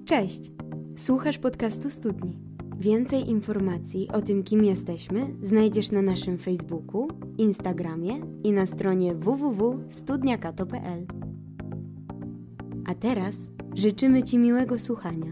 Cześć! Słuchasz podcastu Studni. Więcej informacji o tym, kim jesteśmy, znajdziesz na naszym Facebooku, Instagramie i na stronie www.studniakato.pl. A teraz życzymy Ci miłego słuchania.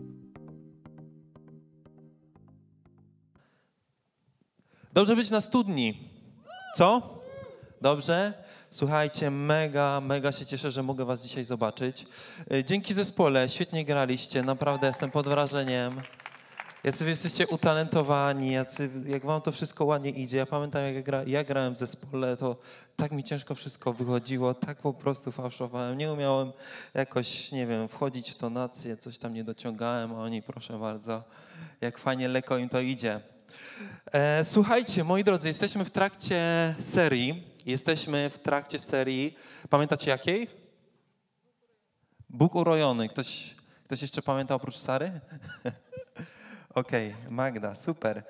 Dobrze być na studni. Co? Dobrze? Słuchajcie, mega się cieszę, że mogę was dzisiaj zobaczyć. Dzięki zespole, świetnie graliście, naprawdę jestem pod wrażeniem. Jacy wy jesteście utalentowani, jak wam to wszystko ładnie idzie. Ja pamiętam, jak ja grałem w zespole, to tak mi ciężko wszystko wychodziło, tak po prostu fałszowałem. Nie umiałem jakoś, nie wiem, wchodzić w tonację, coś tam nie dociągałem, a oni, proszę bardzo, jak fajnie, lekko im to idzie. Słuchajcie, moi drodzy, jesteśmy w trakcie serii, pamiętacie jakiej? Bóg urojony. Ktoś jeszcze pamięta oprócz Sary? Okej, Magda, super.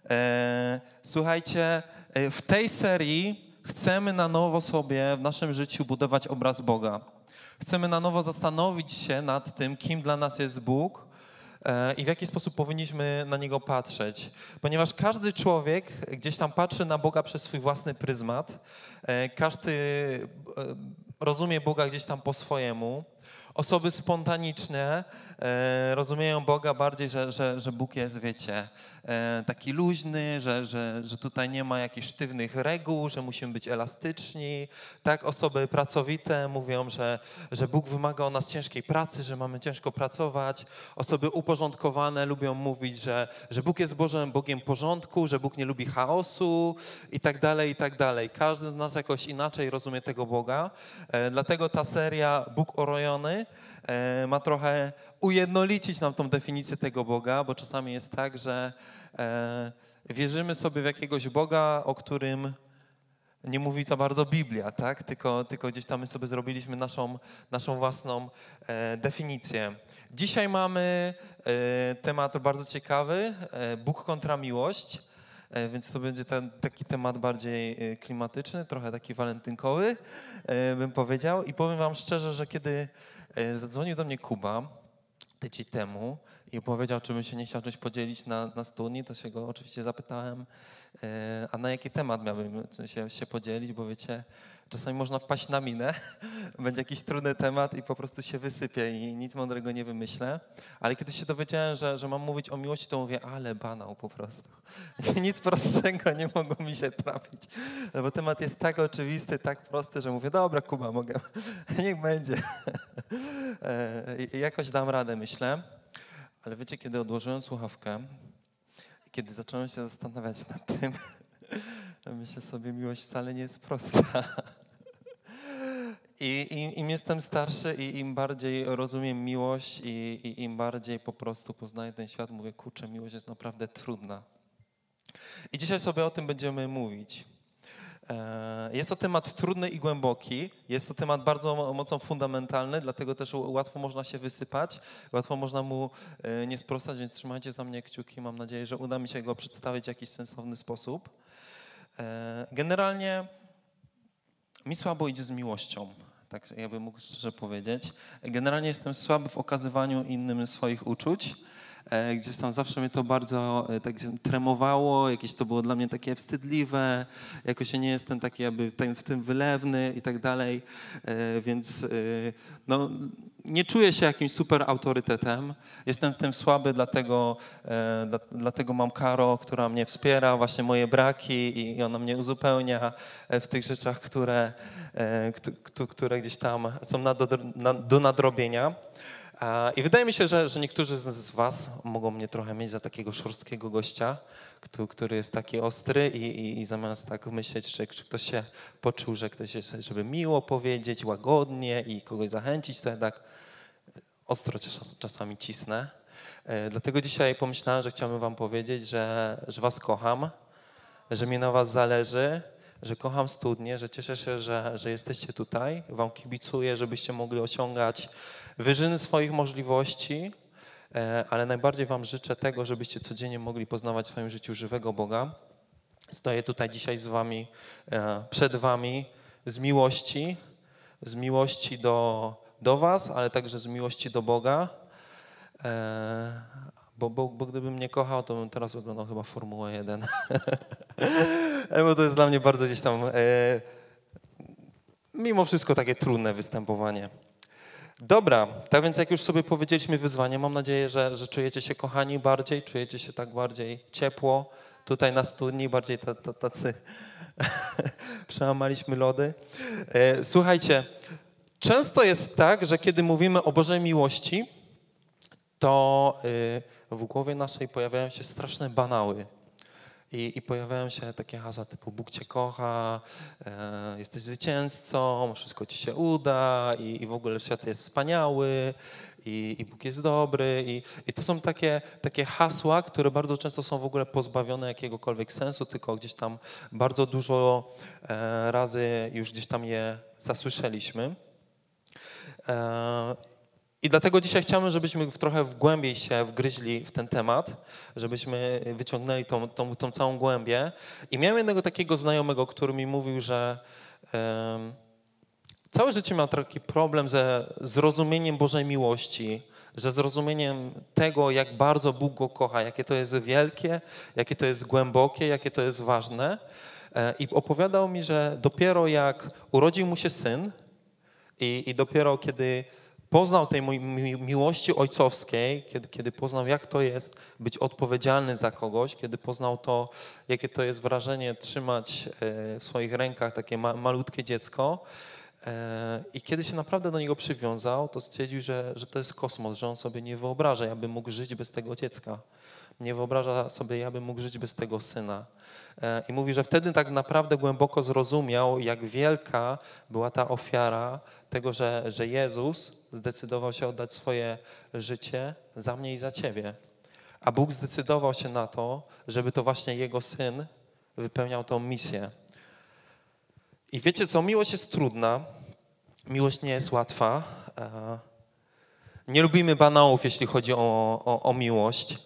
Słuchajcie, w tej serii chcemy na nowo sobie w naszym życiu budować obraz Boga. Chcemy na nowo zastanowić się nad tym, kim dla nas jest Bóg, i w jaki sposób powinniśmy na Niego patrzeć. Ponieważ każdy człowiek gdzieś tam patrzy na Boga przez swój własny pryzmat. Każdy rozumie Boga gdzieś tam po swojemu. Osoby spontaniczne rozumieją Boga bardziej, że Bóg jest, wiecie, taki luźny, że tutaj nie ma jakichś sztywnych reguł, że musimy być elastyczni. Tak, osoby pracowite mówią, że Bóg wymaga od nas ciężkiej pracy, że mamy ciężko pracować. Osoby uporządkowane lubią mówić, że Bóg jest Bogiem porządku, że Bóg nie lubi chaosu i tak dalej, i tak dalej. Każdy z nas jakoś inaczej rozumie tego Boga. Dlatego ta seria Bóg urojony ma trochę ujednolicić nam tą definicję tego Boga, bo czasami jest tak, że wierzymy sobie w jakiegoś Boga, o którym nie mówi za bardzo Biblia, tak? Tylko gdzieś tam my sobie zrobiliśmy naszą własną definicję. Dzisiaj mamy temat bardzo ciekawy, Bóg kontra miłość, więc to będzie taki temat bardziej klimatyczny, trochę taki walentynkowy, bym powiedział. I powiem wam szczerze, że kiedy zadzwonił do mnie Kuba tydzień temu i powiedział, czy bym się nie chciał czymś podzielić na studni, to się go oczywiście zapytałem, a na jaki temat miałbym się podzielić, bo wiecie, czasami można wpaść na minę, będzie jakiś trudny temat i po prostu się wysypię i nic mądrego nie wymyślę. Ale kiedy się dowiedziałem, że mam mówić o miłości, to mówię, ale banał po prostu. Nic prostszego nie mogło mi się trafić, bo temat jest tak oczywisty, tak prosty, że mówię, dobra Kuba, mogę, niech będzie. Jakoś dam radę, myślę. Ale wiecie, kiedy odłożyłem słuchawkę, kiedy zacząłem się zastanawiać nad tym, myślę sobie, miłość wcale nie jest prosta. I im jestem starszy i im bardziej rozumiem miłość i im bardziej po prostu poznaję ten świat, mówię, kurczę, miłość jest naprawdę trudna. I dzisiaj sobie o tym będziemy mówić. Jest to temat trudny i głęboki, jest to temat bardzo mocno fundamentalny, dlatego też łatwo można się wysypać, łatwo można mu nie sprostać, więc trzymajcie za mnie kciuki, mam nadzieję, że uda mi się go przedstawić w jakiś sensowny sposób. Generalnie mi słabo idzie z miłością, tak ja bym mógł szczerze powiedzieć. Generalnie jestem słaby w okazywaniu innym swoich uczuć. Gdzieś tam zawsze mnie to bardzo tak tremowało, jakieś to było dla mnie takie wstydliwe, jakoś ja nie jestem taki jakby w tym wylewny i tak dalej, więc no, nie czuję się jakimś super autorytetem, jestem w tym słaby, dlatego mam Karo, która mnie wspiera, właśnie moje braki i ona mnie uzupełnia w tych rzeczach, które gdzieś tam są do nadrobienia. I wydaje mi się, że niektórzy z was mogą mnie trochę mieć za takiego szorstkiego gościa, który jest taki ostry i zamiast tak myśleć, czy ktoś się poczuł, że ktoś jest, żeby miło powiedzieć, łagodnie i kogoś zachęcić, to ja tak ostro czasami cisnę. Dlatego dzisiaj pomyślałem, że chciałbym wam powiedzieć, że was kocham, że mi na was zależy, że kocham studnię, że cieszę się, że jesteście tutaj. Wam kibicuję, żebyście mogli osiągać wyżyny swoich możliwości, ale najbardziej wam życzę tego, żebyście codziennie mogli poznawać w swoim życiu żywego Boga. Stoję tutaj dzisiaj z wami, przed wami z miłości do was, ale także z miłości do Boga. Bo gdybym mnie kochał, to bym teraz oglądał chyba Formułę 1. Bo to jest dla mnie bardzo gdzieś tam mimo wszystko takie trudne występowanie. Dobra, tak więc jak już sobie powiedzieliśmy wyzwanie, mam nadzieję, że czujecie się kochani bardziej, czujecie się tak bardziej ciepło tutaj na studni, bardziej tacy przełamaliśmy lody. Słuchajcie, często jest tak, że kiedy mówimy o Bożej miłości, to w głowie naszej pojawiają się straszne banały. I pojawiają się takie hasła typu Bóg cię kocha, jesteś zwycięzcą, wszystko ci się uda i w ogóle świat jest wspaniały i Bóg jest dobry. I to są takie hasła, które bardzo często są w ogóle pozbawione jakiegokolwiek sensu, tylko gdzieś tam bardzo dużo razy już gdzieś tam je zasłyszeliśmy. I dlatego dzisiaj chciałbym, żebyśmy trochę głębiej się wgryźli w ten temat, żebyśmy wyciągnęli tą całą głębię. I miałem jednego takiego znajomego, który mi mówił, że całe życie miał taki problem ze zrozumieniem Bożej miłości, ze zrozumieniem tego, jak bardzo Bóg go kocha, jakie to jest wielkie, jakie to jest głębokie, jakie to jest ważne. I opowiadał mi, że dopiero jak urodził mu się syn i dopiero kiedy poznał tej miłości ojcowskiej, kiedy poznał, jak to jest być odpowiedzialny za kogoś, kiedy poznał to, jakie to jest wrażenie trzymać w swoich rękach takie malutkie dziecko i kiedy się naprawdę do niego przywiązał, to stwierdził, że to jest kosmos, że on sobie nie wyobraża, jakby mógł żyć bez tego dziecka. Nie wyobraża sobie, jakby mógł żyć bez tego syna. I mówi, że wtedy tak naprawdę głęboko zrozumiał, jak wielka była ta ofiara tego, że Jezus zdecydował się oddać swoje życie za mnie i za ciebie. A Bóg zdecydował się na to, żeby to właśnie Jego Syn wypełniał tą misję. I wiecie co, miłość jest trudna, miłość nie jest łatwa. Nie lubimy banałów, jeśli chodzi o miłość.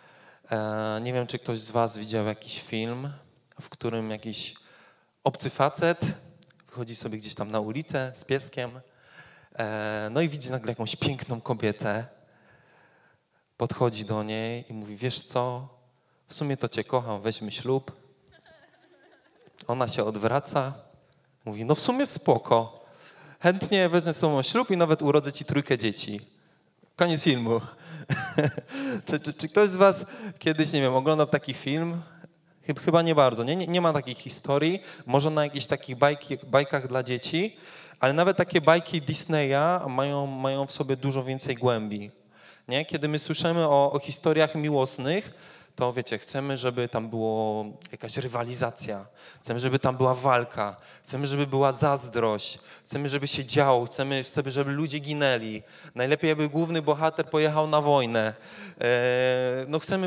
Nie wiem, czy ktoś z was widział jakiś film, w którym jakiś obcy facet wychodzi sobie gdzieś tam na ulicę z pieskiem, no i widzi nagle jakąś piękną kobietę, podchodzi do niej i mówi, wiesz co, w sumie to cię kocham, weźmy ślub. Ona się odwraca, mówi, no w sumie spoko, chętnie wezmę z tobą ślub i nawet urodzę ci 3 dzieci. Koniec filmu. Czy ktoś z was kiedyś, nie wiem, oglądał taki film? Chyba nie bardzo. Nie ma takich historii. Może na jakichś takich bajkach dla dzieci, ale nawet takie bajki Disneya mają w sobie dużo więcej głębi. Nie? Kiedy my słyszymy o historiach miłosnych, to wiecie, chcemy, żeby tam była jakaś rywalizacja, chcemy, żeby tam była walka, chcemy, żeby była zazdrość, chcemy, żeby się działo, chcemy, żeby ludzie ginęli. Najlepiej, aby główny bohater pojechał na wojnę. No chcemy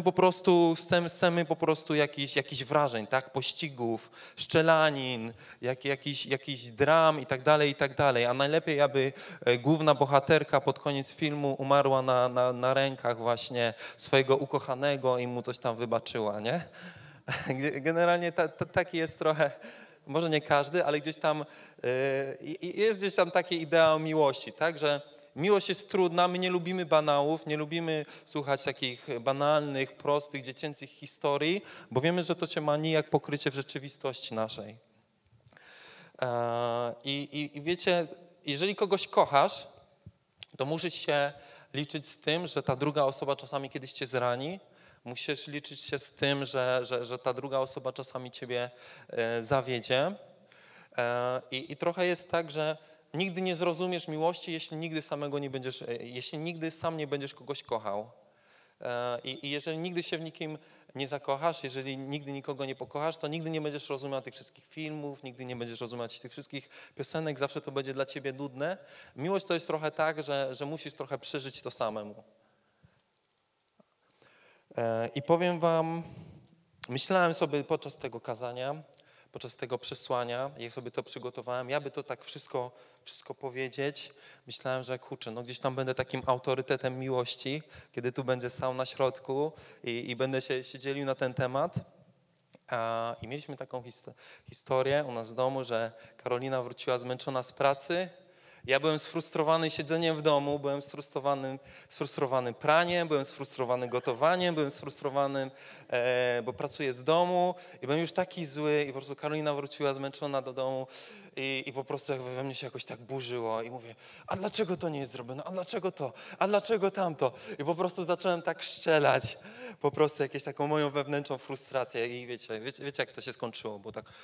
po prostu jakichś wrażeń, tak? Pościgów, szczelanin, jakiś dram i tak dalej. A najlepiej, aby główna bohaterka pod koniec filmu umarła na rękach właśnie swojego ukochanego i mu coś tam wybaczyła, nie? Generalnie taki jest trochę, może nie każdy, ale gdzieś tam jest gdzieś tam taki ideał miłości, tak? Że miłość jest trudna, my nie lubimy banałów, nie lubimy słuchać takich banalnych, prostych, dziecięcych historii, bo wiemy, że to się ma nijak pokrycie w rzeczywistości naszej. I wiecie, jeżeli kogoś kochasz, to musisz się liczyć z tym, że ta druga osoba czasami kiedyś cię zrani, musisz liczyć się z tym, że ta druga osoba czasami ciebie zawiedzie. I trochę jest tak, że nigdy nie zrozumiesz miłości, jeśli nigdy sam nie będziesz kogoś kochał. I jeżeli nigdy się w nikim nie zakochasz, jeżeli nigdy nikogo nie pokochasz, to nigdy nie będziesz rozumiał tych wszystkich filmów, nigdy nie będziesz rozumieć tych wszystkich piosenek, zawsze to będzie dla ciebie nudne. Miłość to jest trochę tak, że musisz trochę przeżyć to samemu. I powiem wam, myślałem sobie podczas tego kazania, podczas tego przesłania, jak sobie to przygotowałem, ja by to tak wszystko powiedzieć. Myślałem, że kurczę, no gdzieś tam będę takim autorytetem miłości, kiedy tu będę stał na środku i będę się dzielił na ten temat. I mieliśmy taką historię u nas w domu, że Karolina wróciła zmęczona z pracy Ja byłem sfrustrowany siedzeniem w domu, byłem sfrustrowany praniem, byłem sfrustrowany gotowaniem, byłem sfrustrowany, bo pracuję z domu i byłem już taki zły i po prostu Karolina wróciła zmęczona do domu i po prostu we mnie się jakoś tak burzyło i mówię, a dlaczego to nie jest zrobione, a dlaczego to, a dlaczego tamto? I po prostu zacząłem tak strzelać, po prostu jakąś taką moją wewnętrzną frustrację i wiecie jak to się skończyło, bo tak...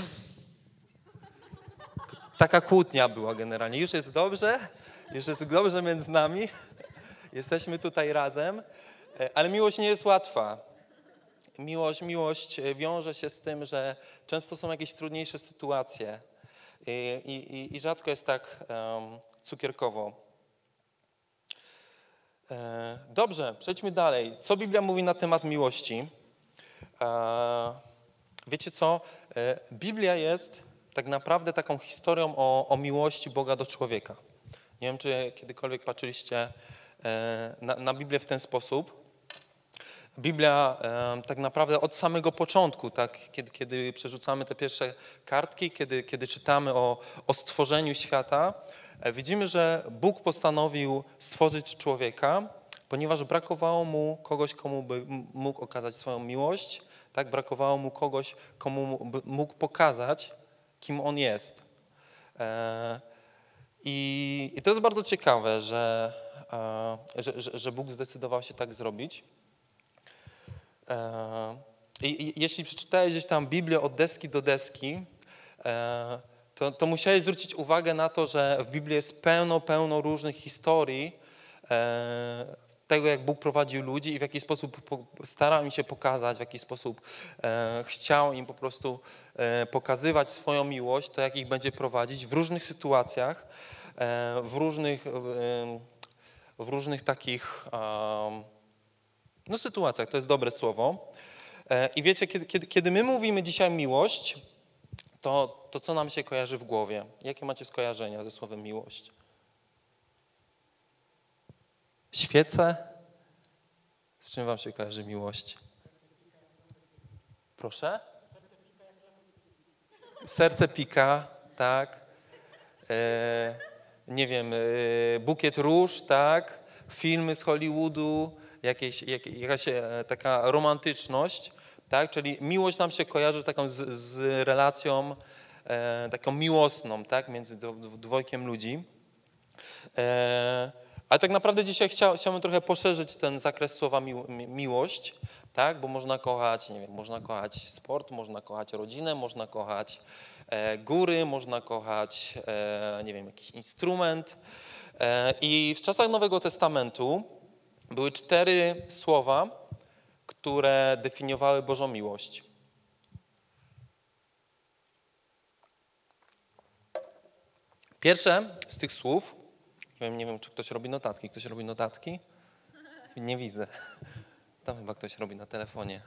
Taka kłótnia była generalnie. Już jest dobrze między nami. Jesteśmy tutaj razem, ale miłość nie jest łatwa. Miłość wiąże się z tym, że często są jakieś trudniejsze sytuacje i rzadko jest tak cukierkowo. Dobrze, przejdźmy dalej. Co Biblia mówi na temat miłości? Wiecie co? Biblia jest tak naprawdę taką historią o miłości Boga do człowieka. Nie wiem, czy kiedykolwiek patrzyliście na Biblię w ten sposób. Biblia tak naprawdę od samego początku, tak, kiedy przerzucamy te pierwsze kartki, kiedy czytamy o stworzeniu świata, widzimy, że Bóg postanowił stworzyć człowieka, ponieważ brakowało mu kogoś, komu by mógł okazać swoją miłość, tak, brakowało mu kogoś, komu by mógł pokazać, kim on jest. I to jest bardzo ciekawe, że Bóg zdecydował się tak zrobić. I jeśli przeczytałeś gdzieś tam Biblię od deski do deski, to musiałeś zwrócić uwagę na to, że w Biblii jest pełno różnych historii tego, jak Bóg prowadził ludzi i w jaki sposób starał im się pokazać, w jaki sposób chciał im po prostu pokazywać swoją miłość, to jak ich będzie prowadzić w różnych sytuacjach, w różnych takich sytuacjach, to jest dobre słowo. I wiecie, kiedy my mówimy dzisiaj miłość, to co nam się kojarzy w głowie? Jakie macie skojarzenia ze słowem miłość? Świece? Z czym wam się kojarzy miłość? Proszę? Serce pika, tak. Nie wiem, bukiet róż, tak. Filmy z Hollywoodu, jakaś taka romantyczność, tak. Czyli miłość nam się kojarzy taką z relacją taką miłosną, tak, między dwojkiem ludzi. Ale tak naprawdę dzisiaj chciałbym trochę poszerzyć ten zakres słowa miłość, tak? Bo można kochać, nie wiem, można kochać sport, można kochać rodzinę, można kochać góry, można kochać, nie wiem, jakiś instrument. I w czasach Nowego Testamentu były 4 słowa, które definiowały Bożą miłość. Pierwsze z tych słów, nie wiem, czy ktoś robi notatki. Ktoś robi notatki? Nie widzę. Tam chyba ktoś robi na telefonie.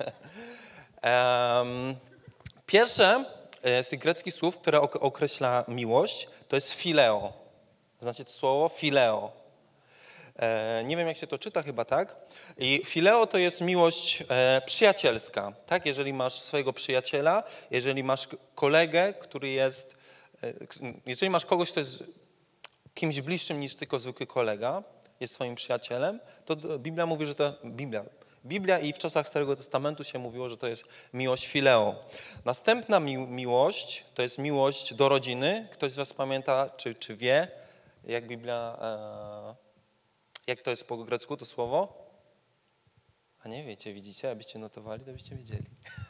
Pierwsze z tych greckich słów, które określa miłość, to jest phileo. Znacie to słowo? Phileo. Nie wiem, jak się to czyta, chyba tak. I phileo to jest miłość przyjacielska. Tak? Jeżeli masz swojego przyjaciela, jeżeli masz kolegę, który jest... Jeżeli masz kogoś, kto jest kimś bliższym niż tylko zwykły kolega, jest twoim przyjacielem, to Biblia mówi, że to... Biblia i w czasach Starego Testamentu się mówiło, że to jest miłość phileo. Następna miłość to jest miłość do rodziny. Ktoś z was pamięta, czy wie, jak Biblia... Jak to jest po grecku, to słowo? A nie wiecie, widzicie? Abyście notowali, to byście wiedzieli.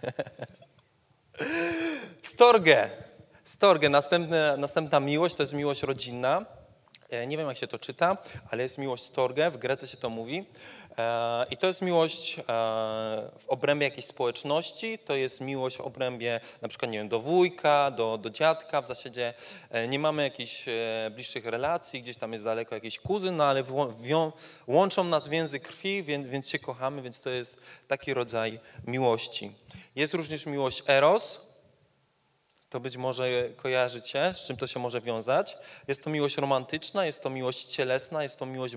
Storge. Storge. Następna miłość to jest miłość rodzinna. Nie wiem, jak się to czyta, ale jest miłość storge, w Grece się to mówi. I to jest miłość w obrębie jakiejś społeczności, to jest miłość w obrębie na przykład, nie wiem, do wujka, do dziadka. W zasadzie nie mamy jakichś bliższych relacji, gdzieś tam jest daleko jakiś kuzyn, no ale łączą nas więzy krwi, więc się kochamy, więc to jest taki rodzaj miłości. Jest również miłość eros. To być może kojarzycie, z czym to się może wiązać. Jest to miłość romantyczna, jest to miłość cielesna, jest to miłość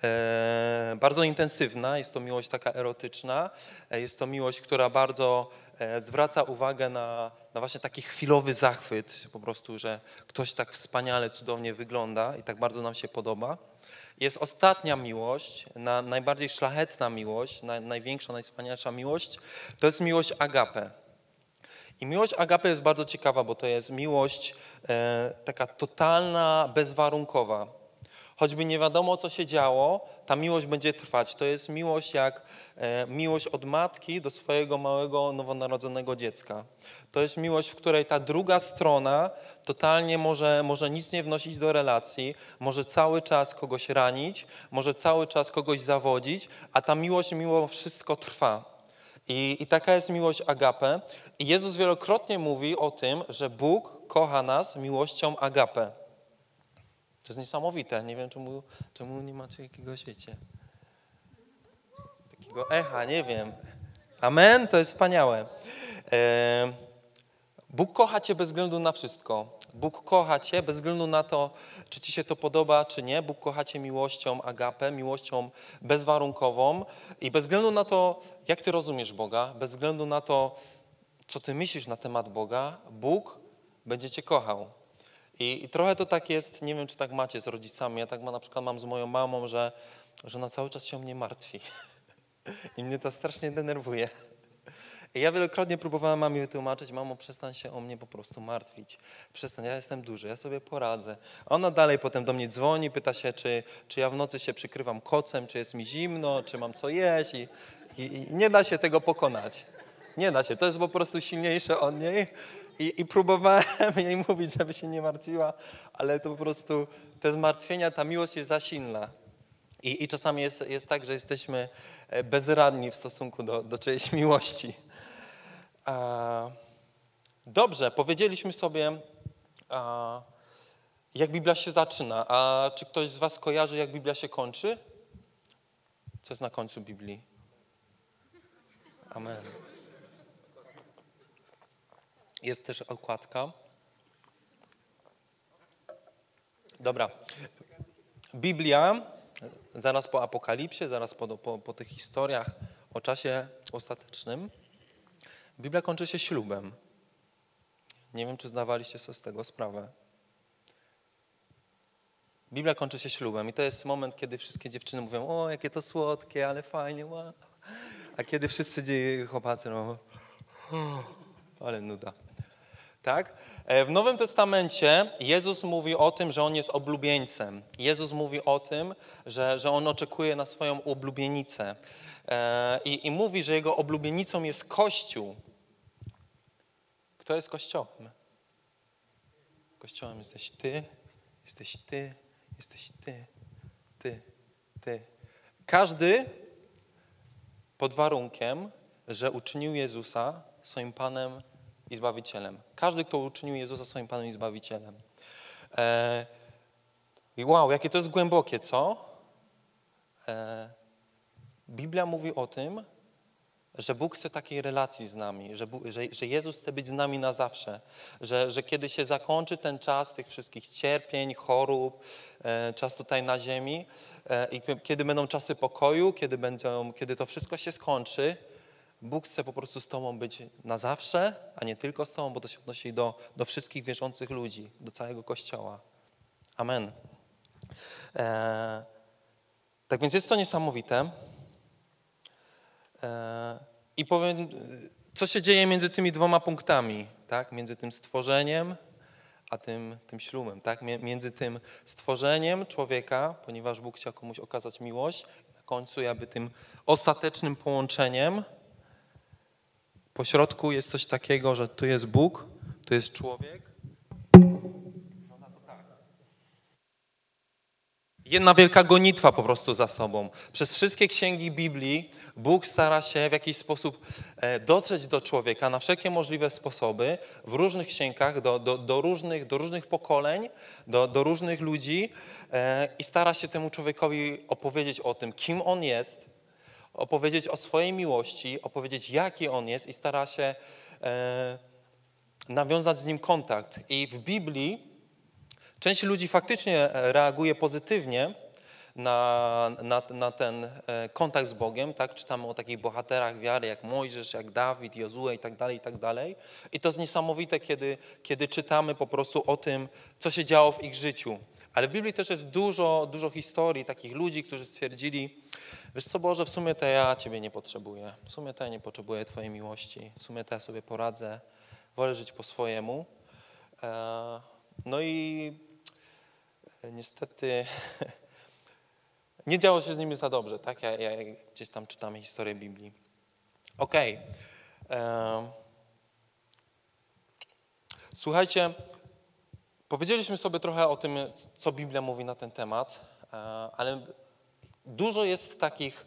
bardzo intensywna, jest to miłość taka erotyczna, jest to miłość, która bardzo zwraca uwagę na właśnie taki chwilowy zachwyt, po prostu, że ktoś tak wspaniale, cudownie wygląda i tak bardzo nam się podoba. Jest ostatnia miłość, najbardziej szlachetna miłość, największa, najwspanialsza miłość, to jest miłość agape. I miłość agape jest bardzo ciekawa, bo to jest miłość taka totalna, bezwarunkowa. Choćby nie wiadomo, co się działo, ta miłość będzie trwać. To jest miłość jak miłość od matki do swojego małego, nowonarodzonego dziecka. To jest miłość, w której ta druga strona totalnie może nic nie wnosić do relacji, może cały czas kogoś ranić, może cały czas kogoś zawodzić, a ta miłość mimo wszystko trwa. I taka jest miłość agape. I Jezus wielokrotnie mówi o tym, że Bóg kocha nas miłością agape. To jest niesamowite. Nie wiem, czemu nie macie jakiegoś, wiecie, takiego echa, nie wiem. Amen? To jest wspaniałe. Bóg kocha cię bez względu na wszystko. Bóg kocha cię bez względu na to, czy ci się to podoba, czy nie. Bóg kocha cię miłością agape, miłością bezwarunkową i bez względu na to, jak ty rozumiesz Boga, bez względu na to, co ty myślisz na temat Boga, Bóg będzie cię kochał. I trochę to tak jest, nie wiem, czy tak macie z rodzicami, ja tak na przykład mam z moją mamą, że ona cały czas się o mnie martwi i mnie to strasznie denerwuje. I ja wielokrotnie próbowałem mamie wytłumaczyć, mamo, przestań się o mnie po prostu martwić. Przestań, ja jestem duży, ja sobie poradzę. A ona dalej potem do mnie dzwoni, pyta się, czy ja w nocy się przykrywam kocem, czy jest mi zimno, czy mam co jeść i nie da się tego pokonać. Nie da się, to jest po prostu silniejsze od niej. I próbowałem jej mówić, żeby się nie martwiła, ale to po prostu te zmartwienia, ta miłość jest za silna. I czasami jest tak, że jesteśmy bezradni w stosunku do czyjejś miłości. Dobrze, powiedzieliśmy sobie, jak Biblia się zaczyna. A czy ktoś z was kojarzy, jak Biblia się kończy? Co jest na końcu Biblii? Amen. Jest też okładka. Dobra. Biblia, zaraz po Apokalipsie, zaraz po tych historiach o czasie ostatecznym, Biblia kończy się ślubem. Nie wiem, czy zdawaliście sobie z tego sprawę. Biblia kończy się ślubem i to jest moment, kiedy wszystkie dziewczyny mówią, o, jakie to słodkie, ale fajnie, wow. A kiedy wszyscy chłopacy mówią, ale nuda. Tak? W Nowym Testamencie Jezus mówi o tym, że On jest oblubieńcem. Jezus mówi o tym, że On oczekuje na swoją oblubienicę. I mówi, że Jego oblubienicą jest Kościół. Kto jest Kościołem? Kościołem jesteś Ty, jesteś Ty, jesteś Ty, Ty, Ty. Każdy pod warunkiem, że uczynił Jezusa swoim Panem i Zbawicielem. Każdy, kto uczynił Jezusa swoim Panem i Zbawicielem. I wow, jakie to jest głębokie, co? Biblia mówi o tym, że Bóg chce takiej relacji z nami, że Jezus chce być z nami na zawsze, że kiedy się zakończy ten czas tych wszystkich cierpień, chorób, czas tutaj na ziemi i kiedy będą czasy pokoju, kiedy to wszystko się skończy, Bóg chce po prostu z tobą być na zawsze, a nie tylko z tobą, bo to się odnosi do wszystkich wierzących ludzi, do całego Kościoła. Amen. Tak więc jest to niesamowite. I powiem, co się dzieje między tymi dwoma punktami, tak? Między tym stworzeniem a tym ślubem, tak? Między tym stworzeniem człowieka, ponieważ Bóg chciał komuś okazać miłość, na końcu jakby tym ostatecznym połączeniem. Po środku jest coś takiego, że tu jest Bóg, tu jest człowiek. Jedna wielka gonitwa po prostu za sobą. Przez wszystkie księgi Biblii Bóg stara się w jakiś sposób dotrzeć do człowieka na wszelkie możliwe sposoby, w różnych księgach, do różnych pokoleń, do różnych ludzi i stara się temu człowiekowi opowiedzieć o tym, kim on jest, opowiedzieć o swojej miłości, opowiedzieć, jaki on jest i stara się nawiązać z nim kontakt. I w Biblii część ludzi faktycznie reaguje pozytywnie na ten kontakt z Bogiem, tak? Czytamy o takich bohaterach wiary jak Mojżesz, jak Dawid, Jozue i tak dalej, i tak dalej. I to jest niesamowite, kiedy czytamy po prostu o tym, co się działo w ich życiu. Ale w Biblii też jest dużo historii takich ludzi, którzy stwierdzili, wiesz co Boże, w sumie to ja Ciebie nie potrzebuję. W sumie to ja nie potrzebuję Twojej miłości. W sumie to ja sobie poradzę. Wolę żyć po swojemu. No i niestety nie działo się z nimi za dobrze, tak? Ja gdzieś tam czytamy historię Biblii. Okej. Słuchajcie, powiedzieliśmy sobie trochę o tym, co Biblia mówi na ten temat, ale dużo jest takich,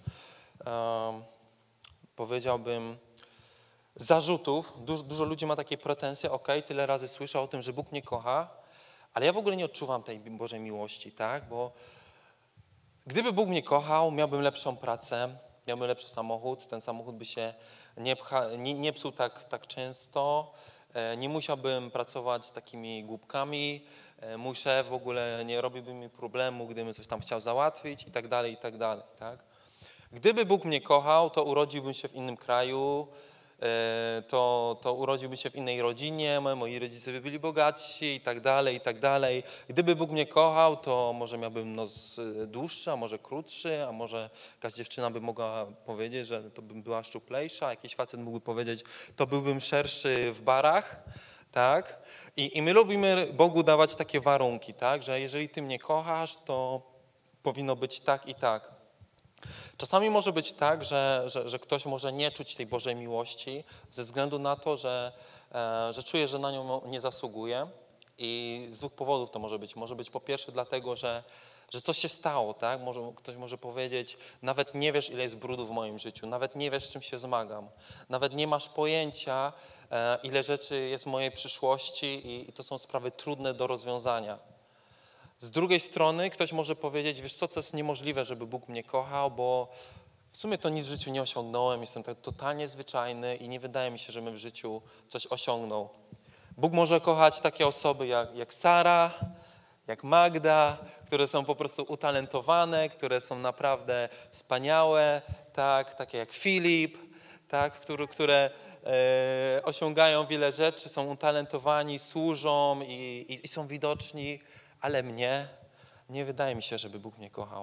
powiedziałbym, zarzutów. Dużo ludzi ma takie pretensje, tyle razy słyszę o tym, że Bóg mnie kocha, ale ja w ogóle nie odczuwam tej Bożej miłości, tak? Bo gdyby Bóg mnie kochał, miałbym lepszą pracę, miałbym lepszy samochód, ten samochód by się nie psuł tak często, nie musiałbym pracować z takimi głupkami, mój szef w ogóle nie robiłby mi problemu, gdybym coś tam chciał załatwić i tak dalej, tak? Gdyby Bóg mnie kochał, to urodziłbym się w innym kraju, to urodziłbym się w innej rodzinie, moi rodzice by byli bogatsi i tak dalej, i tak dalej. Gdyby Bóg mnie kochał, to może miałbym nos dłuższy, a może krótszy, a może jakaś dziewczyna by mogła powiedzieć, że to bym była szczuplejsza, jakiś facet mógłby powiedzieć, to byłbym szerszy w barach, tak? I my lubimy Bogu dawać takie warunki, tak? Że jeżeli Ty mnie kochasz, to powinno być tak i tak. Czasami może być tak, że ktoś może nie czuć tej Bożej miłości ze względu na to, że czuje, że na nią nie zasługuje i z dwóch powodów to może być. Może być po pierwsze dlatego, że coś się stało, tak? Ktoś może powiedzieć, nawet nie wiesz, ile jest brudu w moim życiu, nawet nie wiesz, z czym się zmagam, nawet nie masz pojęcia, ile rzeczy jest w mojej przyszłości i to są sprawy trudne do rozwiązania. Z drugiej strony ktoś może powiedzieć, wiesz co, to jest niemożliwe, żeby Bóg mnie kochał, bo w sumie to nic w życiu nie osiągnąłem, jestem tak totalnie zwyczajny i nie wydaje mi się, żebym w życiu coś osiągnął. Bóg może kochać takie osoby jak Sara, jak Magda, które są po prostu utalentowane, które są naprawdę wspaniałe, tak, takie jak Filip, tak, które osiągają wiele rzeczy, są utalentowani, służą i są widoczni, ale mnie nie wydaje mi się, żeby Bóg mnie kochał.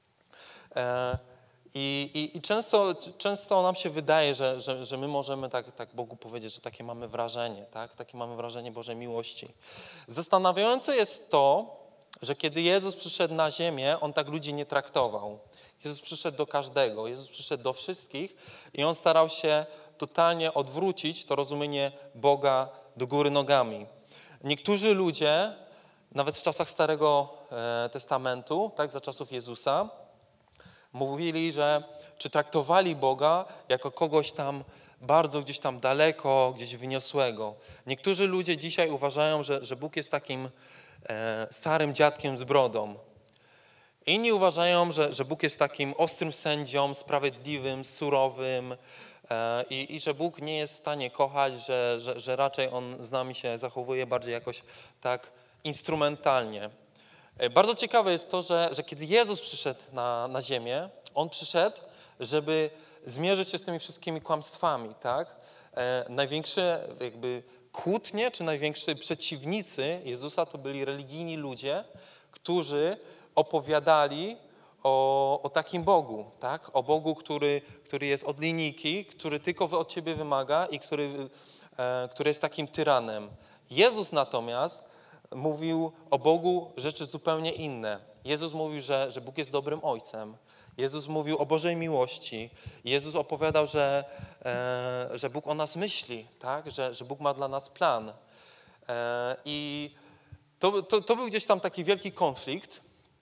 I często nam się wydaje, że my możemy tak Bogu powiedzieć, że takie mamy wrażenie, tak? Takie mamy wrażenie Bożej miłości. Zastanawiające jest to, że kiedy Jezus przyszedł na ziemię, On tak ludzi nie traktował. Jezus przyszedł do każdego, Jezus przyszedł do wszystkich i On starał się totalnie odwrócić to rozumienie Boga do góry nogami. Niektórzy ludzie, nawet w czasach Starego Testamentu, tak, za czasów Jezusa, mówili, czy traktowali Boga jako kogoś tam bardzo gdzieś tam daleko, gdzieś wyniosłego. Niektórzy ludzie dzisiaj uważają, że Bóg jest takim starym dziadkiem z brodą. Inni uważają, że Bóg jest takim ostrym sędzią, sprawiedliwym, surowym i że Bóg nie jest w stanie kochać, że raczej On z nami się zachowuje bardziej jakoś tak instrumentalnie. Bardzo ciekawe jest to, że kiedy Jezus przyszedł na ziemię, On przyszedł, żeby zmierzyć się z tymi wszystkimi kłamstwami, tak? Największe jakby kłótnie, czy najwięksi przeciwnicy Jezusa to byli religijni ludzie, którzy opowiadali o takim Bogu, tak? O Bogu, który jest od linijki, który tylko od ciebie wymaga i który jest takim tyranem. Jezus natomiast mówił o Bogu rzeczy zupełnie inne. Jezus mówił, że Bóg jest dobrym Ojcem. Jezus mówił o Bożej miłości. Jezus opowiadał, że Bóg o nas myśli, tak? Że Bóg ma dla nas plan. I to był gdzieś tam taki wielki konflikt.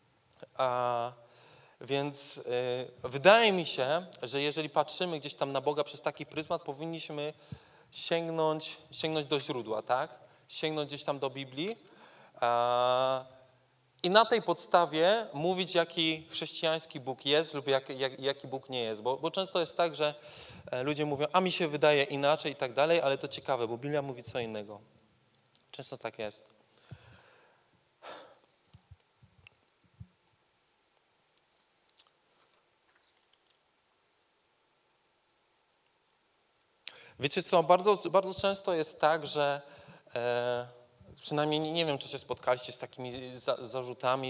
Więc wydaje mi się, że jeżeli patrzymy gdzieś tam na Boga przez taki pryzmat, powinniśmy sięgnąć do źródła, tak? Sięgnąć gdzieś tam do Biblii i na tej podstawie mówić, jaki chrześcijański Bóg jest lub jaki Bóg nie jest. Bo często jest tak, że ludzie mówią, a mi się wydaje inaczej i tak dalej, ale to ciekawe, bo Biblia mówi co innego. Często tak jest. Wiecie co, bardzo, bardzo często jest tak, że przynajmniej nie wiem, czy się spotkaliście z takimi zarzutami,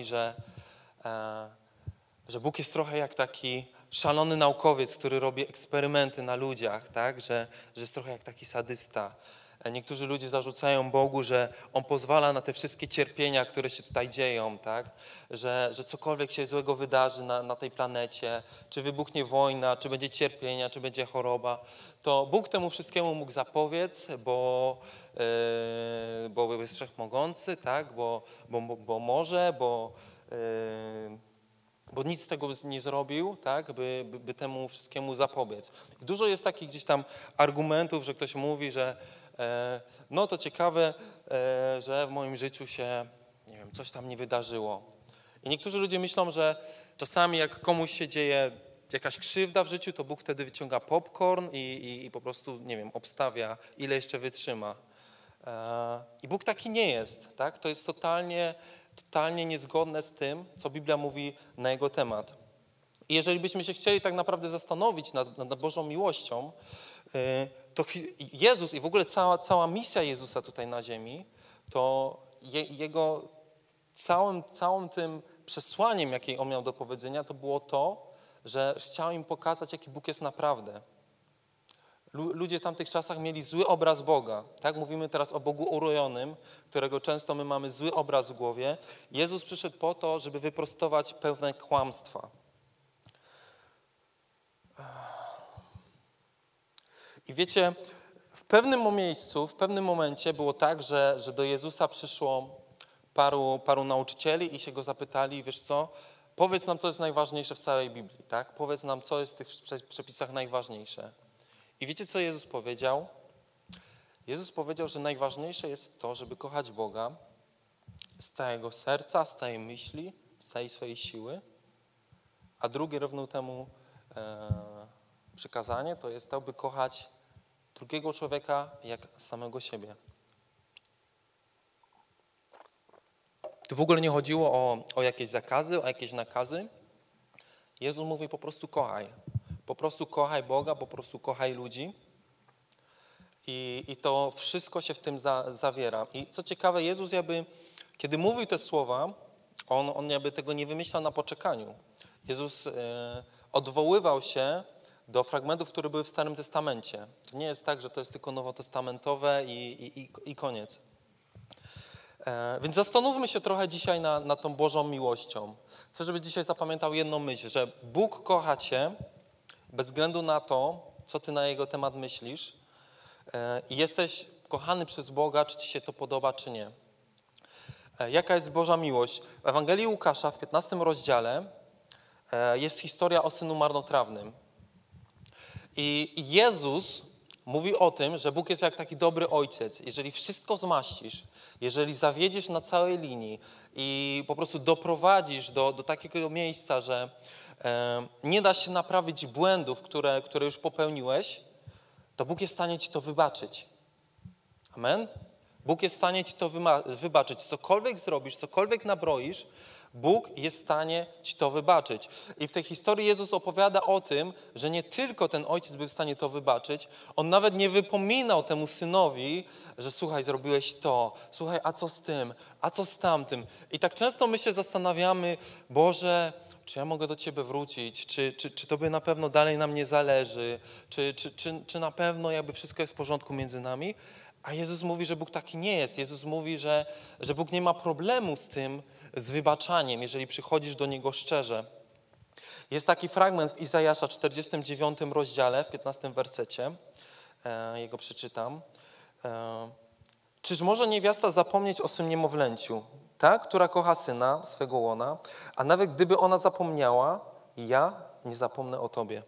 że Bóg jest trochę jak taki szalony naukowiec, który robi eksperymenty na ludziach, tak? Że jest trochę jak taki sadysta. Niektórzy ludzie zarzucają Bogu, że On pozwala na te wszystkie cierpienia, które się tutaj dzieją, tak? Że cokolwiek się złego wydarzy na tej planecie, czy wybuchnie wojna, czy będzie cierpienia, czy będzie choroba, to Bóg temu wszystkiemu mógł zapobiec, bo jest wszechmogący, tak? Bo może, bo nic z tego nie zrobił, tak, by temu wszystkiemu zapobiec. I dużo jest takich gdzieś tam argumentów, że ktoś mówi, że no to ciekawe, że w moim życiu się, nie wiem, coś tam nie wydarzyło. I niektórzy ludzie myślą, że czasami jak komuś się dzieje jakaś krzywda w życiu, to Bóg wtedy wyciąga popcorn i po prostu, nie wiem, obstawia, ile jeszcze wytrzyma. I Bóg taki nie jest, tak? To jest totalnie niezgodne z tym, co Biblia mówi na Jego temat. I jeżeli byśmy się chcieli tak naprawdę zastanowić nad Bożą miłością, to Jezus i w ogóle cała misja Jezusa tutaj na ziemi, to Jego całym tym przesłaniem, jakie On miał do powiedzenia, to było to, że chciał im pokazać, jaki Bóg jest naprawdę. Ludzie w tamtych czasach mieli zły obraz Boga. Tak? Mówimy teraz o Bogu urojonym, którego często my mamy zły obraz w głowie. Jezus przyszedł po to, żeby wyprostować pewne kłamstwa. I wiecie, w pewnym miejscu, w pewnym momencie było tak, że do Jezusa przyszło paru nauczycieli i się Go zapytali, wiesz co, powiedz nam, co jest najważniejsze w całej Biblii, tak? Powiedz nam, co jest w tych przepisach najważniejsze. I wiecie, co Jezus powiedział? Jezus powiedział, że najważniejsze jest to, żeby kochać Boga z całego serca, z całej myśli, z całej swojej siły, a drugie równo temu przykazanie to jest to, by kochać drugiego człowieka jak samego siebie. Tu w ogóle nie chodziło o jakieś zakazy, o jakieś nakazy. Jezus mówi po prostu kochaj. Po prostu kochaj Boga, po prostu kochaj ludzi. I to wszystko się w tym zawiera. I co ciekawe, Jezus kiedy mówił te słowa, on tego nie wymyślał na poczekaniu. Jezus odwoływał się do fragmentów, które były w Starym Testamencie. To nie jest tak, że to jest tylko nowotestamentowe i koniec. Więc zastanówmy się trochę dzisiaj nad tą Bożą miłością. Chcę, żebyś dzisiaj zapamiętał jedną myśl, że Bóg kocha cię bez względu na to, co ty na Jego temat myślisz i jesteś kochany przez Boga, czy ci się to podoba, czy nie. Jaka jest Boża miłość? W Ewangelii Łukasza w 15 rozdziale jest historia o synu marnotrawnym. I Jezus mówi o tym, że Bóg jest jak taki dobry ojciec. Jeżeli wszystko zmaścisz, jeżeli zawiedziesz na całej linii i po prostu doprowadzisz do takiego miejsca, że nie da się naprawić błędów, które już popełniłeś, to Bóg jest w stanie ci to wybaczyć. Amen? Bóg jest w stanie ci to wybaczyć. Cokolwiek zrobisz, cokolwiek nabroisz, Bóg jest w stanie ci to wybaczyć. I w tej historii Jezus opowiada o tym, że nie tylko ten ojciec był w stanie to wybaczyć, on nawet nie wypominał temu synowi, że słuchaj, zrobiłeś to, słuchaj, a co z tym, a co z tamtym. I tak często my się zastanawiamy, Boże, czy ja mogę do Ciebie wrócić, czy Tobie na pewno dalej nam nie zależy, czy na pewno jakby wszystko jest w porządku między nami. A Jezus mówi, że Bóg taki nie jest. Jezus mówi, że Bóg nie ma problemu z wybaczaniem, jeżeli przychodzisz do Niego szczerze. Jest taki fragment w Izajasza 49 rozdziale, w 15 wersecie. Jego przeczytam. Czyż może niewiasta zapomnieć o swym niemowlęciu, ta, która kocha syna swego łona, a nawet gdyby ona zapomniała, ja nie zapomnę o Tobie.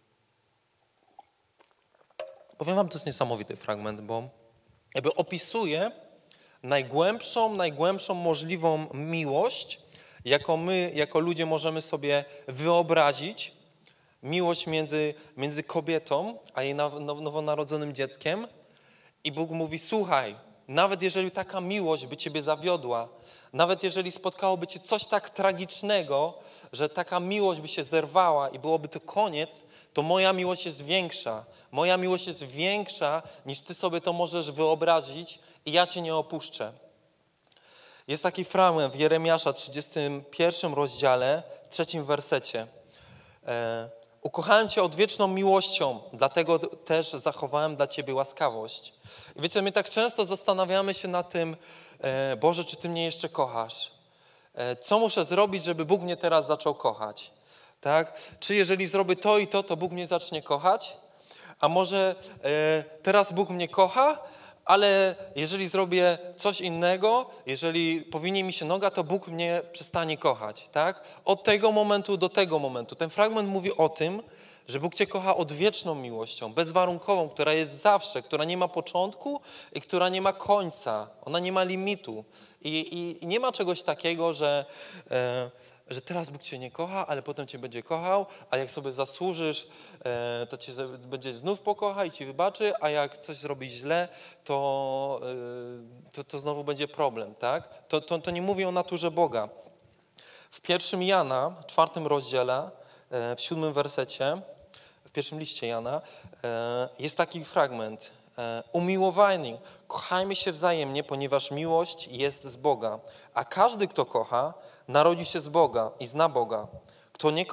Powiem wam, to jest niesamowity fragment, bo jakby opisuje najgłębszą możliwą miłość, jaką my jako ludzie możemy sobie wyobrazić. Miłość między kobietą a jej nowonarodzonym dzieckiem. I Bóg mówi, słuchaj, nawet jeżeli taka miłość by ciebie zawiodła, Nawet jeżeli spotkałoby cię coś tak tragicznego, że taka miłość by się zerwała i byłoby to koniec, to moja miłość jest większa. Moja miłość jest większa, niż ty sobie to możesz wyobrazić i ja cię nie opuszczę. Jest taki fragment w Jeremiasza 31 rozdziale, 3 wersecie. Ukochałem cię odwieczną miłością, dlatego też zachowałem dla ciebie łaskawość. I wiecie, my tak często zastanawiamy się na tym, Boże, czy ty mnie jeszcze kochasz? Co muszę zrobić, żeby Bóg mnie teraz zaczął kochać? Tak? Czy jeżeli zrobię to i to Bóg mnie zacznie kochać? A może teraz Bóg mnie kocha, ale jeżeli zrobię coś innego, jeżeli powinie mi się noga, to Bóg mnie przestanie kochać. Tak? Od tego momentu do tego momentu. Ten fragment mówi o tym, że Bóg cię kocha odwieczną miłością, bezwarunkową, która jest zawsze, która nie ma początku i która nie ma końca. Ona nie ma limitu. I nie ma czegoś takiego, że teraz Bóg cię nie kocha, ale potem cię będzie kochał, a jak sobie zasłużysz, to cię będzie znów pokocha i ci wybaczy, a jak coś zrobisz źle, to znowu będzie problem. Tak? To nie mówi o naturze Boga. W 1 Jana, 4 rozdziale, w 7 wersecie, w 1 liście Jana, jest taki fragment. Umiłowani, kochajmy się wzajemnie, ponieważ miłość jest z Boga. A każdy, kto kocha, narodzi się z Boga i zna Boga. Kto nie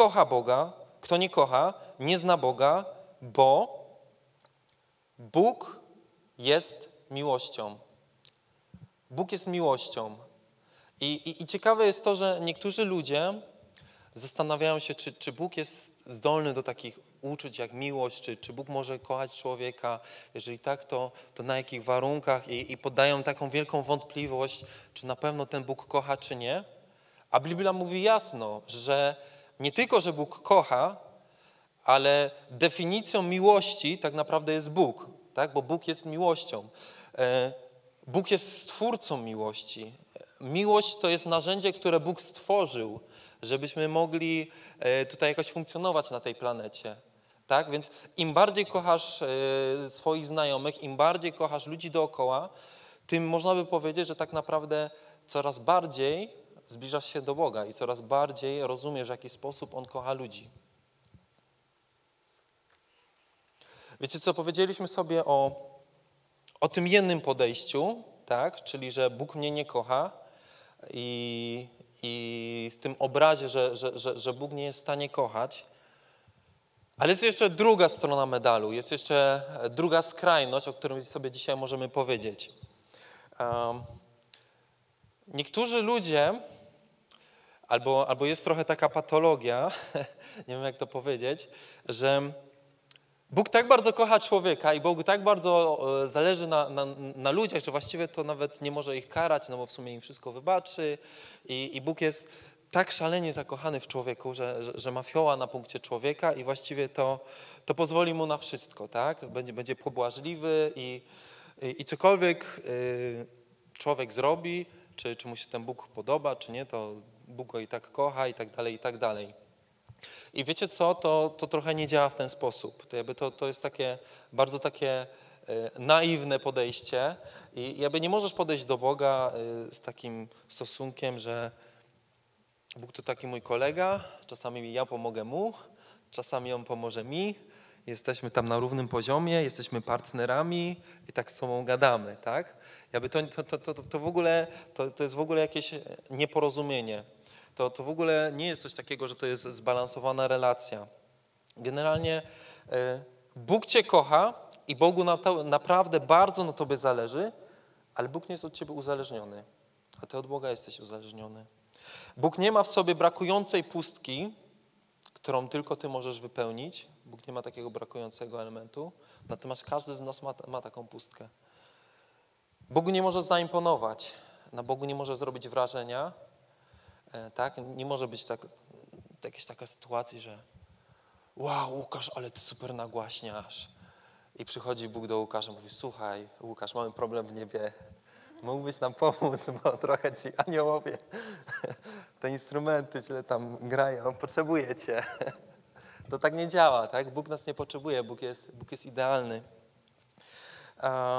kocha, nie zna Boga, bo Bóg jest miłością. Bóg jest miłością. I ciekawe jest to, że niektórzy ludzie zastanawiają się, czy Bóg jest zdolny do takich uczuć jak miłość, czy Bóg może kochać człowieka. Jeżeli tak, to na jakich warunkach i poddają taką wielką wątpliwość, czy na pewno ten Bóg kocha, czy nie. A Biblia mówi jasno, że nie tylko, że Bóg kocha, ale definicją miłości tak naprawdę jest Bóg, tak? Bo Bóg jest miłością. Bóg jest stwórcą miłości. Miłość to jest narzędzie, które Bóg stworzył, żebyśmy mogli tutaj jakoś funkcjonować na tej planecie. Tak? Więc im bardziej kochasz swoich znajomych, im bardziej kochasz ludzi dookoła, tym można by powiedzieć, że tak naprawdę coraz bardziej zbliżasz się do Boga i coraz bardziej rozumiesz, w jaki sposób On kocha ludzi. Wiecie co, powiedzieliśmy sobie o tym jednym podejściu, tak? Czyli że Bóg mnie nie kocha i z tym obrazie, że Bóg nie jest w stanie kochać. Ale jest jeszcze druga strona medalu, jest jeszcze druga skrajność, o której sobie dzisiaj możemy powiedzieć. Niektórzy ludzie, albo jest trochę taka patologia, nie wiem jak to powiedzieć, że Bóg tak bardzo kocha człowieka i Bogu tak bardzo zależy na ludziach, że właściwie to nawet nie może ich karać, no bo w sumie im wszystko wybaczy i Bóg jest tak szalenie zakochany w człowieku, że ma fioła na punkcie człowieka i właściwie to pozwoli mu na wszystko, tak? Będzie pobłażliwy i cokolwiek człowiek zrobi, czy mu się ten Bóg podoba, czy nie, to Bóg go i tak kocha i tak dalej, i tak dalej. I wiecie co, to trochę nie działa w ten sposób. To jest takie, bardzo takie naiwne podejście i nie możesz podejść do Boga z takim stosunkiem, że Bóg to taki mój kolega, czasami ja pomogę mu, czasami on pomoże mi, jesteśmy tam na równym poziomie, jesteśmy partnerami i tak z sobą gadamy, tak? To w ogóle, to jest w ogóle jakieś nieporozumienie. To w ogóle nie jest coś takiego, że to jest zbalansowana relacja. Generalnie Bóg cię kocha i Bogu naprawdę bardzo na tobie zależy, ale Bóg nie jest od ciebie uzależniony, a ty od Boga jesteś uzależniony. Bóg nie ma w sobie brakującej pustki, którą tylko ty możesz wypełnić. Bóg nie ma takiego brakującego elementu, natomiast każdy z nas ma taką pustkę. Bogu nie może zaimponować, na Bogu nie może zrobić wrażenia. Tak? Nie może być jakaś taka sytuacja, że wow, Łukasz, ale ty super nagłaśniasz. I przychodzi Bóg do Łukasza i mówi, słuchaj, Łukasz, mamy problem w niebie. Mógłbyś nam pomóc, bo trochę ci aniołowie, te instrumenty źle tam grają, potrzebuję cię. To tak nie działa, tak? Bóg nas nie potrzebuje, Bóg jest idealny.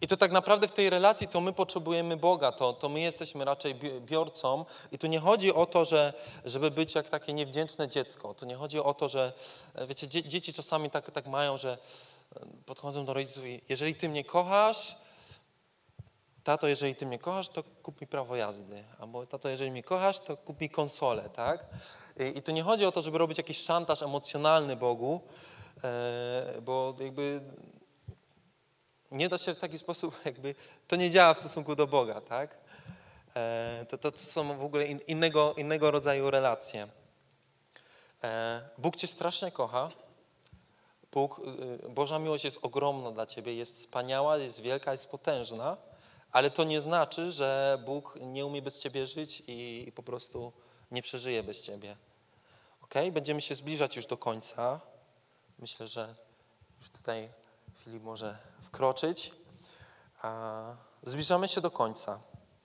I to tak naprawdę w tej relacji to my potrzebujemy Boga, to my jesteśmy raczej biorcą. I tu nie chodzi o to, żeby być jak takie niewdzięczne dziecko. To nie chodzi o to, że, wiecie, dzieci czasami tak mają, że podchodzą do rodziców i jeżeli ty mnie kochasz, tato, jeżeli ty mnie kochasz, to kup mi prawo jazdy. Albo tato, jeżeli mnie kochasz, to kup mi konsolę, tak? I tu nie chodzi o to, żeby robić jakiś szantaż emocjonalny Bogu, bo jakby nie da się w taki sposób, jakby to nie działa w stosunku do Boga, tak? To są w ogóle innego rodzaju relacje. Bóg cię strasznie kocha. Boża miłość jest ogromna dla ciebie, jest wspaniała, jest wielka, jest potężna, ale to nie znaczy, że Bóg nie umie bez ciebie żyć i po prostu nie przeżyje bez ciebie. Okay? Będziemy się zbliżać już do końca. Myślę, że już tutaj Filip może wkroczyć. Zbliżamy się do końca.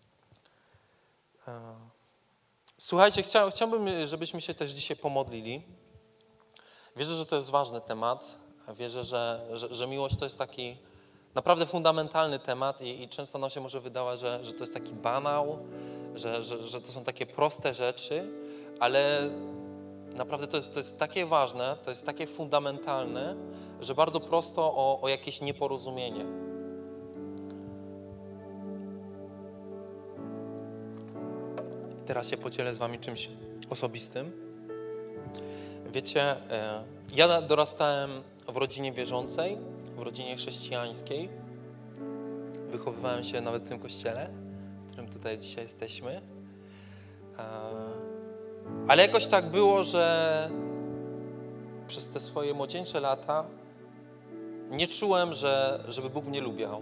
Słuchajcie, chciałbym, żebyśmy się też dzisiaj pomodlili. Wierzę, że to jest ważny temat. Wierzę, że miłość to jest taki naprawdę fundamentalny temat i często nam się może wydawać, że to jest taki banał, że to są takie proste rzeczy, ale naprawdę to jest takie ważne, to jest takie fundamentalne, że bardzo prosto o jakieś nieporozumienie. Teraz się podzielę z wami czymś osobistym. Wiecie, ja dorastałem w rodzinie wierzącej, w rodzinie chrześcijańskiej. Wychowywałem się nawet w tym kościele, w którym tutaj dzisiaj jesteśmy. Ale jakoś tak było, że przez te swoje młodzieńcze lata nie czułem, żeby Bóg mnie lubiał.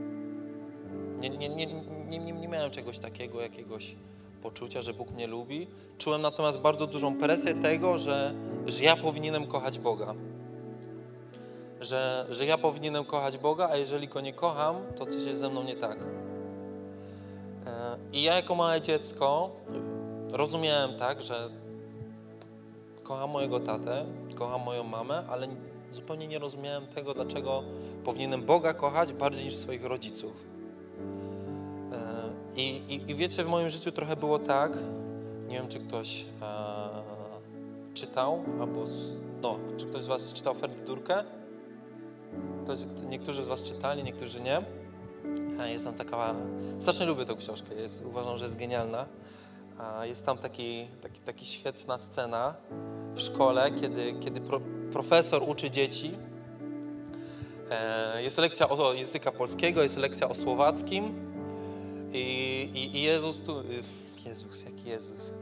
Nie miałem czegoś takiego, jakiegoś poczucia, że Bóg mnie lubi. Czułem natomiast bardzo dużą presję tego, że ja powinienem kochać Boga. Że ja powinienem kochać Boga, a jeżeli Go nie kocham, to coś jest ze mną nie tak. I ja jako małe dziecko rozumiałem tak, że kocham mojego tatę, kocham moją mamę, ale zupełnie nie rozumiałem tego, dlaczego powinienem Boga kochać bardziej niż swoich rodziców. I wiecie, w moim życiu trochę było tak, nie wiem, czy ktoś czytał, albo czy ktoś z was czytał Ferdydurkę? Niektórzy z was czytali, niektórzy nie. Jest tam taka, strasznie lubię tę książkę, uważam, że jest genialna. Jest tam taki świetna scena w szkole, kiedy profesor uczy dzieci. Jest lekcja o języka polskiego, jest lekcja o słowackim i Jezus tu... Jaki Jezus?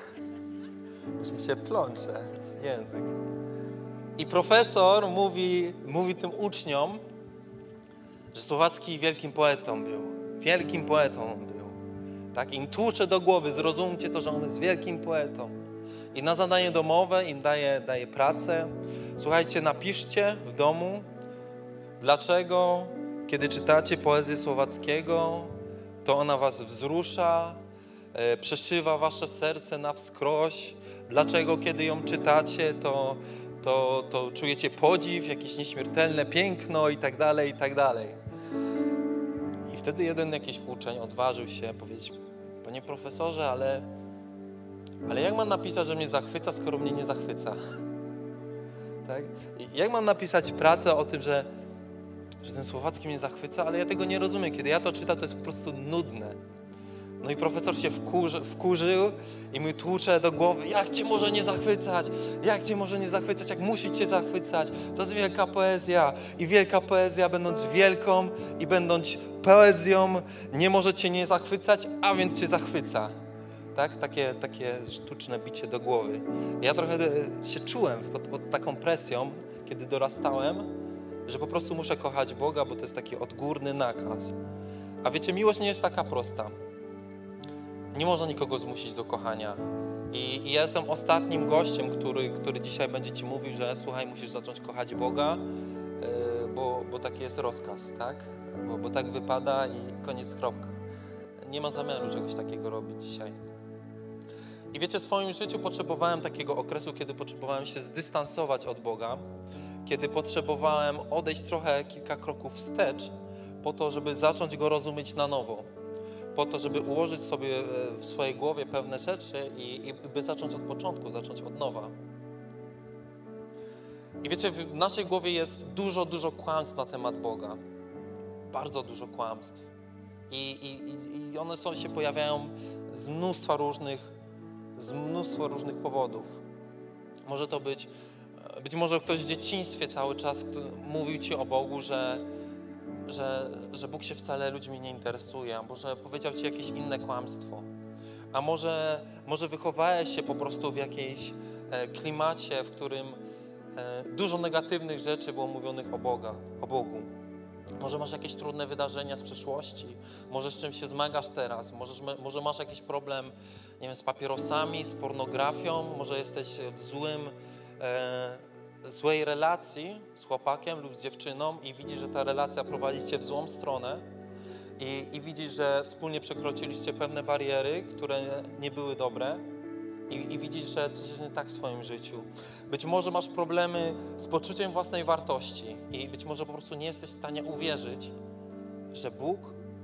Już mi się plącze język. I profesor mówi tym uczniom, że Słowacki wielkim poetą był. Wielkim poetą był. Tak? Im tłucze do głowy, zrozumcie to, że on jest wielkim poetą. I na zadanie domowe im daje pracę. Słuchajcie, napiszcie w domu, dlaczego, kiedy czytacie poezję Słowackiego, to ona was wzrusza, przeszywa wasze serce na wskroś. Dlaczego, kiedy ją czytacie, to czujecie podziw, jakieś nieśmiertelne piękno i tak dalej, i tak dalej. I wtedy jeden jakiś uczeń odważył się powiedzieć: panie profesorze, ale jak mam napisać, że mnie zachwyca, skoro mnie nie zachwyca? Tak? I jak mam napisać pracę o tym, że ten Słowacki mnie zachwyca, ale ja tego nie rozumiem. Kiedy ja to czytam, to jest po prostu nudne. No i profesor się wkurzył i mi tłucze do głowy: jak cię może nie zachwycać? Jak cię może nie zachwycać? Jak musi cię zachwycać? To jest wielka poezja i wielka poezja, będąc wielką i będąc poezją, nie może cię nie zachwycać, a więc cię zachwyca. Tak? Takie sztuczne bicie do głowy. Ja trochę się czułem pod taką presją, kiedy dorastałem, że po prostu muszę kochać Boga, bo to jest taki odgórny nakaz. A wiecie, miłość nie jest taka prosta. Nie można nikogo zmusić do kochania. I ja jestem ostatnim gościem, który dzisiaj będzie ci mówił, że słuchaj, musisz zacząć kochać Boga, bo taki jest rozkaz, tak? Bo tak wypada i koniec, kropka. Nie ma zamiaru czegoś takiego robić dzisiaj. I wiecie, w swoim życiu potrzebowałem takiego okresu, kiedy potrzebowałem się zdystansować od Boga, kiedy potrzebowałem odejść trochę kilka kroków wstecz, po to, żeby zacząć Go rozumieć na nowo, po to, żeby ułożyć sobie w swojej głowie pewne rzeczy i by zacząć od początku, zacząć od nowa. I wiecie, w naszej głowie jest dużo kłamstw na temat Boga. Bardzo dużo kłamstw. I one się pojawiają z mnóstwa różnych powodów. Może to być może ktoś w dzieciństwie cały czas mówił ci o Bogu, że Bóg się wcale ludźmi nie interesuje, albo że powiedział ci jakieś inne kłamstwo. A może wychowałeś się po prostu w jakiejś klimacie, w którym dużo negatywnych rzeczy było mówionych o Bogu. Może masz jakieś trudne wydarzenia z przeszłości, może z czym się zmagasz teraz, może masz jakiś problem, nie wiem, z papierosami, z pornografią, może jesteś w złej relacji z chłopakiem lub z dziewczyną i widzisz, że ta relacja prowadzi cię w złą stronę i widzisz, że wspólnie przekroczyliście pewne bariery, które nie były dobre i widzisz, że coś jest nie tak w twoim życiu. Być może masz problemy z poczuciem własnej wartości i być może po prostu nie jesteś w stanie uwierzyć, że Bóg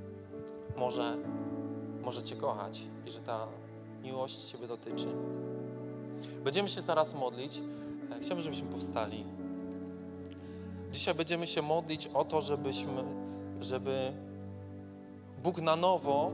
może cię kochać i że ta miłość ciebie dotyczy. Będziemy się zaraz modlić. Chciałbym, żebyśmy powstali. Dzisiaj będziemy się modlić o to, żeby Bóg na nowo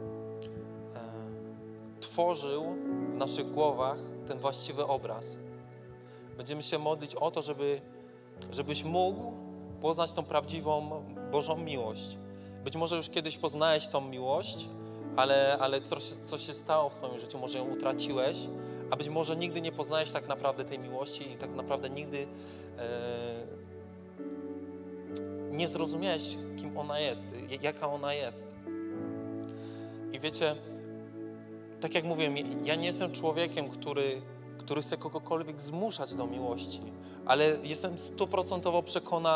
tworzył w naszych głowach ten właściwy obraz. Będziemy się modlić o to, żebyś mógł poznać tą prawdziwą Bożą miłość. Być może już kiedyś poznałeś tą miłość, ale coś się stało w twoim życiu, może ją utraciłeś, a być może nigdy nie poznałeś tak naprawdę tej miłości i tak naprawdę nigdy nie zrozumiałeś, kim ona jest, jaka ona jest. I wiecie, tak jak mówiłem, ja nie jestem człowiekiem, który chce kogokolwiek zmuszać do miłości, ale jestem 100%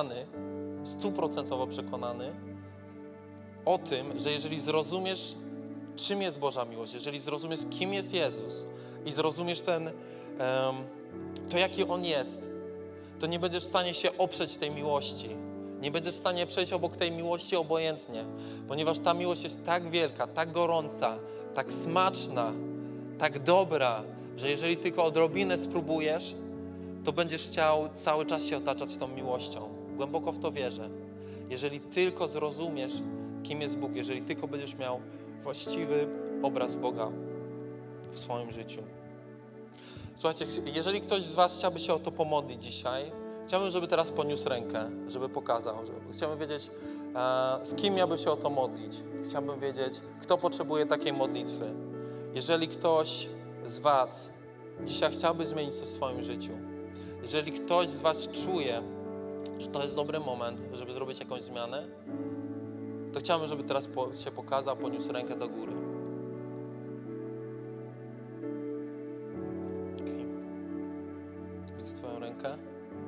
przekonany o tym, że jeżeli zrozumiesz, czym jest Boża miłość, jeżeli zrozumiesz, kim jest Jezus i zrozumiesz to, jaki On jest, to nie będziesz w stanie się oprzeć tej miłości. Nie będziesz w stanie przejść obok tej miłości obojętnie, ponieważ ta miłość jest tak wielka, tak gorąca, tak smaczna, tak dobra, że jeżeli tylko odrobinę spróbujesz, to będziesz chciał cały czas się otaczać tą miłością. Głęboko w to wierzę. Jeżeli tylko zrozumiesz, kim jest Bóg, jeżeli tylko będziesz miał właściwy obraz Boga w swoim życiu. Słuchajcie, jeżeli ktoś z was chciałby się o to pomodlić dzisiaj, chciałbym, żeby teraz podniósł rękę, żeby pokazał. Chciałbym wiedzieć, z kim miałby się o to modlić. Chciałbym wiedzieć, kto potrzebuje takiej modlitwy. Jeżeli ktoś z was dzisiaj chciałby zmienić coś w swoim życiu, jeżeli ktoś z was czuje, że to jest dobry moment, żeby zrobić jakąś zmianę, to chciałbym, żeby teraz się pokazał, podniósł rękę do góry. Okay. Widzę twoją rękę.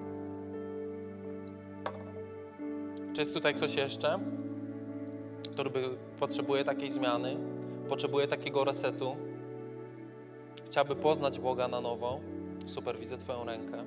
Czy jest tutaj ktoś jeszcze, który potrzebuje takiej zmiany, potrzebuje takiego resetu, chciałby poznać Boga na nowo? Super, widzę twoją rękę.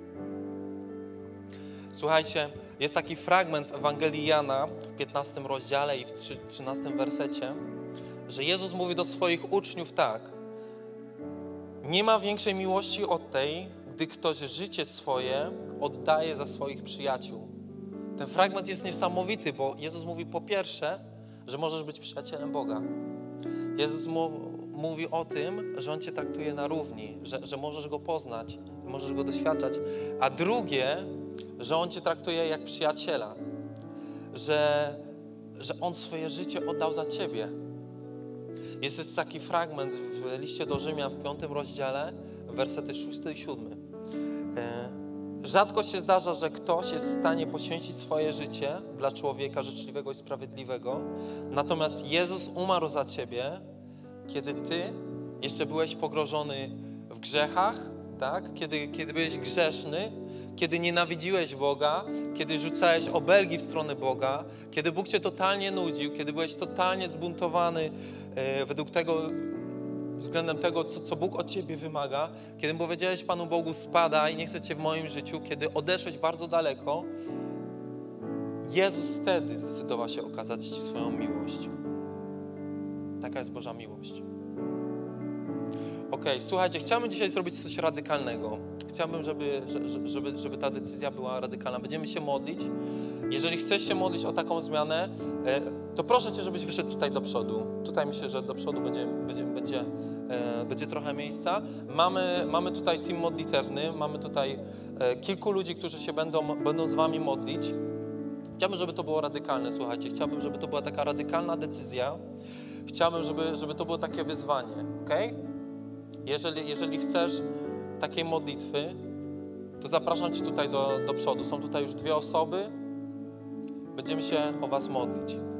Słuchajcie, jest taki fragment w Ewangelii Jana w 15 rozdziale i w 13 wersecie, że Jezus mówi do swoich uczniów tak: nie ma większej miłości od tej, gdy ktoś życie swoje oddaje za swoich przyjaciół. Ten fragment jest niesamowity, bo Jezus mówi po pierwsze, że możesz być przyjacielem Boga. Jezus mówi o tym, że On cię traktuje na równi, że możesz Go poznać, możesz Go doświadczać. A drugie, że On cię traktuje jak przyjaciela, że On swoje życie oddał za ciebie. Jest też taki fragment w liście do Rzymian w 5 rozdziale, wersety 6 i 7. Rzadko się zdarza, że ktoś jest w stanie poświęcić swoje życie dla człowieka życzliwego i sprawiedliwego. Natomiast Jezus umarł za ciebie, kiedy ty jeszcze byłeś pogrążony w grzechach, tak? Kiedy byłeś grzeszny, kiedy nienawidziłeś Boga, kiedy rzucałeś obelgi w stronę Boga, kiedy Bóg cię totalnie nudził, kiedy byłeś totalnie zbuntowany względem tego, co Bóg od ciebie wymaga, kiedy powiedziałeś Panu Bogu: spadaj, nie chcę cię w moim życiu, kiedy odeszłeś bardzo daleko, Jezus wtedy zdecydował się okazać ci swoją miłość. Taka jest Boża miłość. Okej, słuchajcie, chciałbym dzisiaj zrobić coś radykalnego. Chciałbym, żeby ta decyzja była radykalna. Będziemy się modlić. Jeżeli chcesz się modlić o taką zmianę, to proszę Cię, żebyś wyszedł tutaj do przodu. Tutaj myślę, że do przodu będzie trochę miejsca. Mamy tutaj team modlitewny, mamy tutaj kilku ludzi, którzy się będą z Wami modlić. Chciałbym, żeby to było radykalne, słuchajcie. Chciałbym, żeby to była taka radykalna decyzja. Chciałbym, żeby to było takie wyzwanie, okej? Jeżeli chcesz takiej modlitwy, to zapraszam Cię tutaj do przodu. Są tutaj już 2 osoby. Będziemy się o Was modlić.